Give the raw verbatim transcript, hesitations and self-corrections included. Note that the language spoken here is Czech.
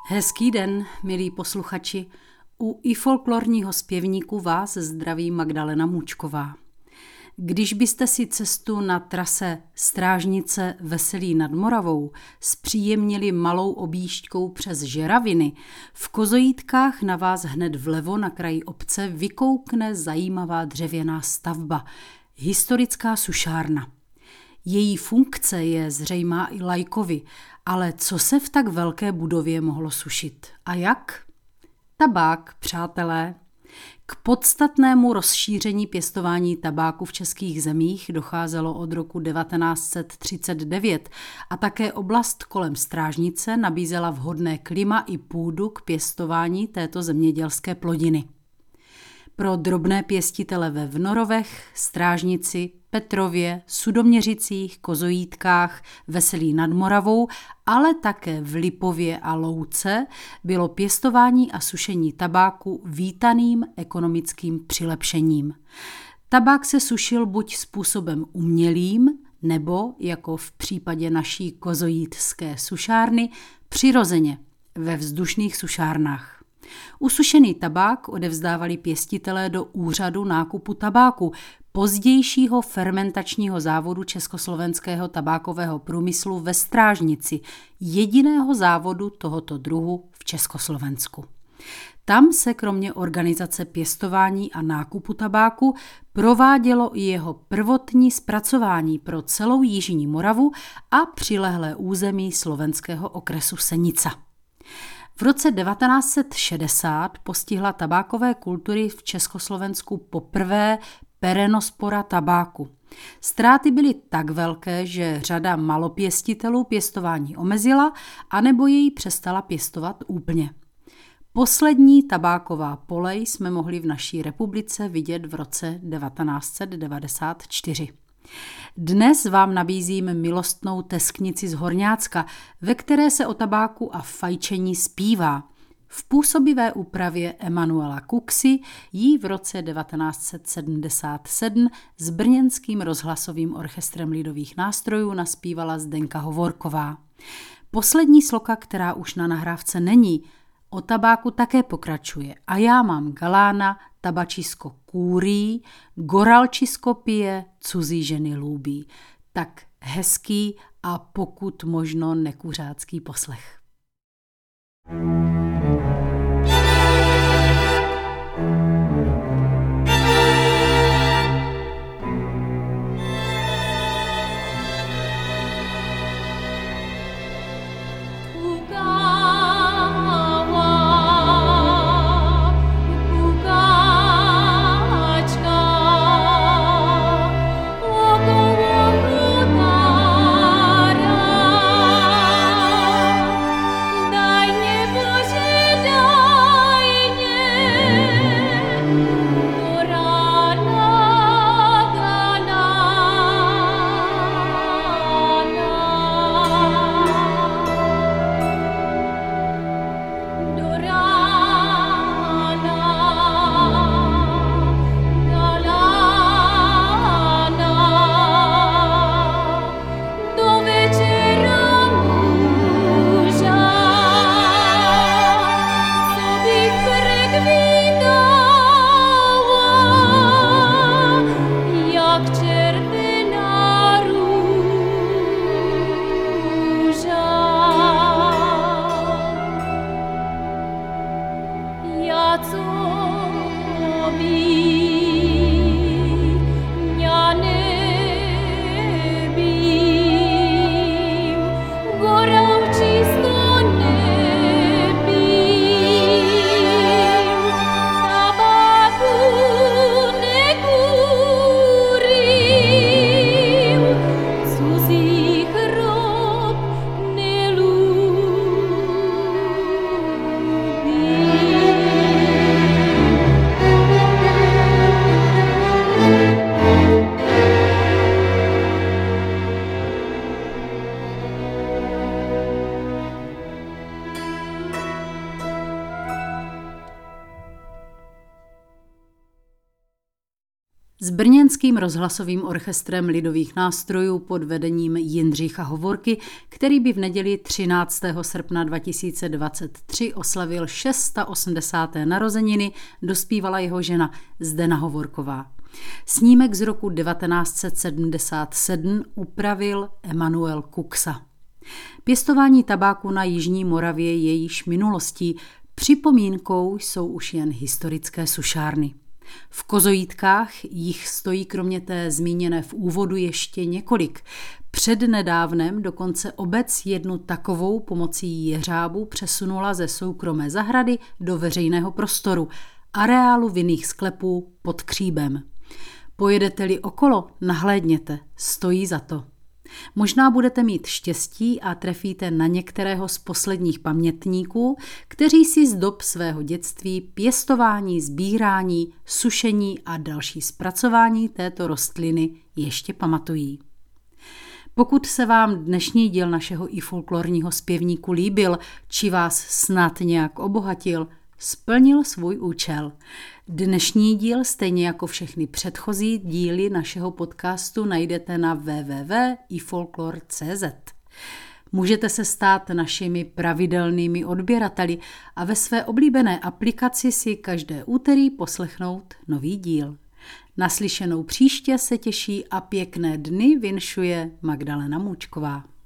Hezký den, milí posluchači. U i folklorního zpěvníku vás zdraví Magdalena Můčková. Když byste si cestu na trase Strážnice Veselí nad Moravou zpříjemnili malou objížďkou přes Žeraviny, v Kozojítkách na vás hned vlevo na kraji obce vykoukne zajímavá dřevěná stavba, historická sušárna. Její funkce je zřejmá i laikovi, ale co se v tak velké budově mohlo sušit? A jak? Tabák, přátelé. K podstatnému rozšíření pěstování tabáku v českých zemích docházelo od roku devatenáct set třicet devět a také oblast kolem Strážnice nabízela vhodné klima i půdu k pěstování této zemědělské plodiny. Pro drobné pěstitele ve Vnorovech, Strážnici, Petrově, Sudoměřicích, Kozojítkách, Veselí nad Moravou, ale také v Lipově a Louce bylo pěstování a sušení tabáku vítaným ekonomickým přilepšením. Tabák se sušil buď způsobem umělým, nebo, jako v případě naší kozojítské sušárny, přirozeně ve vzdušných sušárnách. Usušený tabák odevzdávali pěstitelé do úřadu nákupu tabáku, pozdějšího fermentačního závodu československého tabákového průmyslu ve Strážnici, jediného závodu tohoto druhu v Československu. Tam se kromě organizace pěstování a nákupu tabáku provádělo i jeho prvotní zpracování pro celou jižní Moravu a přilehlé území slovenského okresu Senica. V roce devatenáct set šedesát postihla tabákové kultury v Československu poprvé perenospora tabáku. Ztráty byly tak velké, že řada malopěstitelů pěstování omezila anebo jej přestala pěstovat úplně. Poslední tabáková pole jsme mohli v naší republice vidět v roce devatenáct set devadesát čtyři. Dnes vám nabízím milostnou tesknici z Horňácka, ve které se o tabáku a fajčení zpívá. V působivé úpravě Emanuela Kuksy jí v roce devatenáct set sedmdesát sedm s brněnským rozhlasovým orchestrem lidových nástrojů naspívala Zdenka Hovorková. Poslední sloka, která už na nahrávce není, o tabáku také pokračuje. A já mám galána, tabačisko kůrí, goralčisko pije, cuzí ženy lúbí. Tak hezký a pokud možno nekuřácký poslech. Daj niebo brněnským rozhlasovým orchestrem lidových nástrojů pod vedením Jindřicha Hovorky, který by v neděli třináctého srpna dva tisíce dvacet tři oslavil osmdesáté šesté narozeniny, dospívala jeho žena Zdena Hovorková. Snímek z roku devatenáct set sedmdesát sedm upravil Emanuel Kuksa. Pěstování tabáku na jižní Moravě je již minulostí, připomínkou jsou už jen historické sušárny. V Kozojítkách jich stojí kromě té zmíněné v úvodu ještě několik. Přednedávnem dokonce obec jednu takovou pomocí jeřábu přesunula ze soukromé zahrady do veřejného prostoru, areálu vinných sklepů pod Kříbem. Pojedete-li okolo, nahlédněte, stojí za to. Možná budete mít štěstí a trefíte na některého z posledních pamětníků, kteří si z dob svého dětství pěstování, sbírání, sušení a další zpracování této rostliny ještě pamatují. Pokud se vám dnešní díl našeho i folklorního zpěvníku líbil, či vás snad nějak obohatil, splnil svůj účel. Dnešní díl, stejně jako všechny předchozí díly našeho podcastu, najdete na w w w tečka i folklor tečka c z. Můžete se stát našimi pravidelnými odběrateli a ve své oblíbené aplikaci si každé úterý poslechnout nový díl. Naslyšenou příště se těší a pěkné dny vinšuje Magdalena Můčková.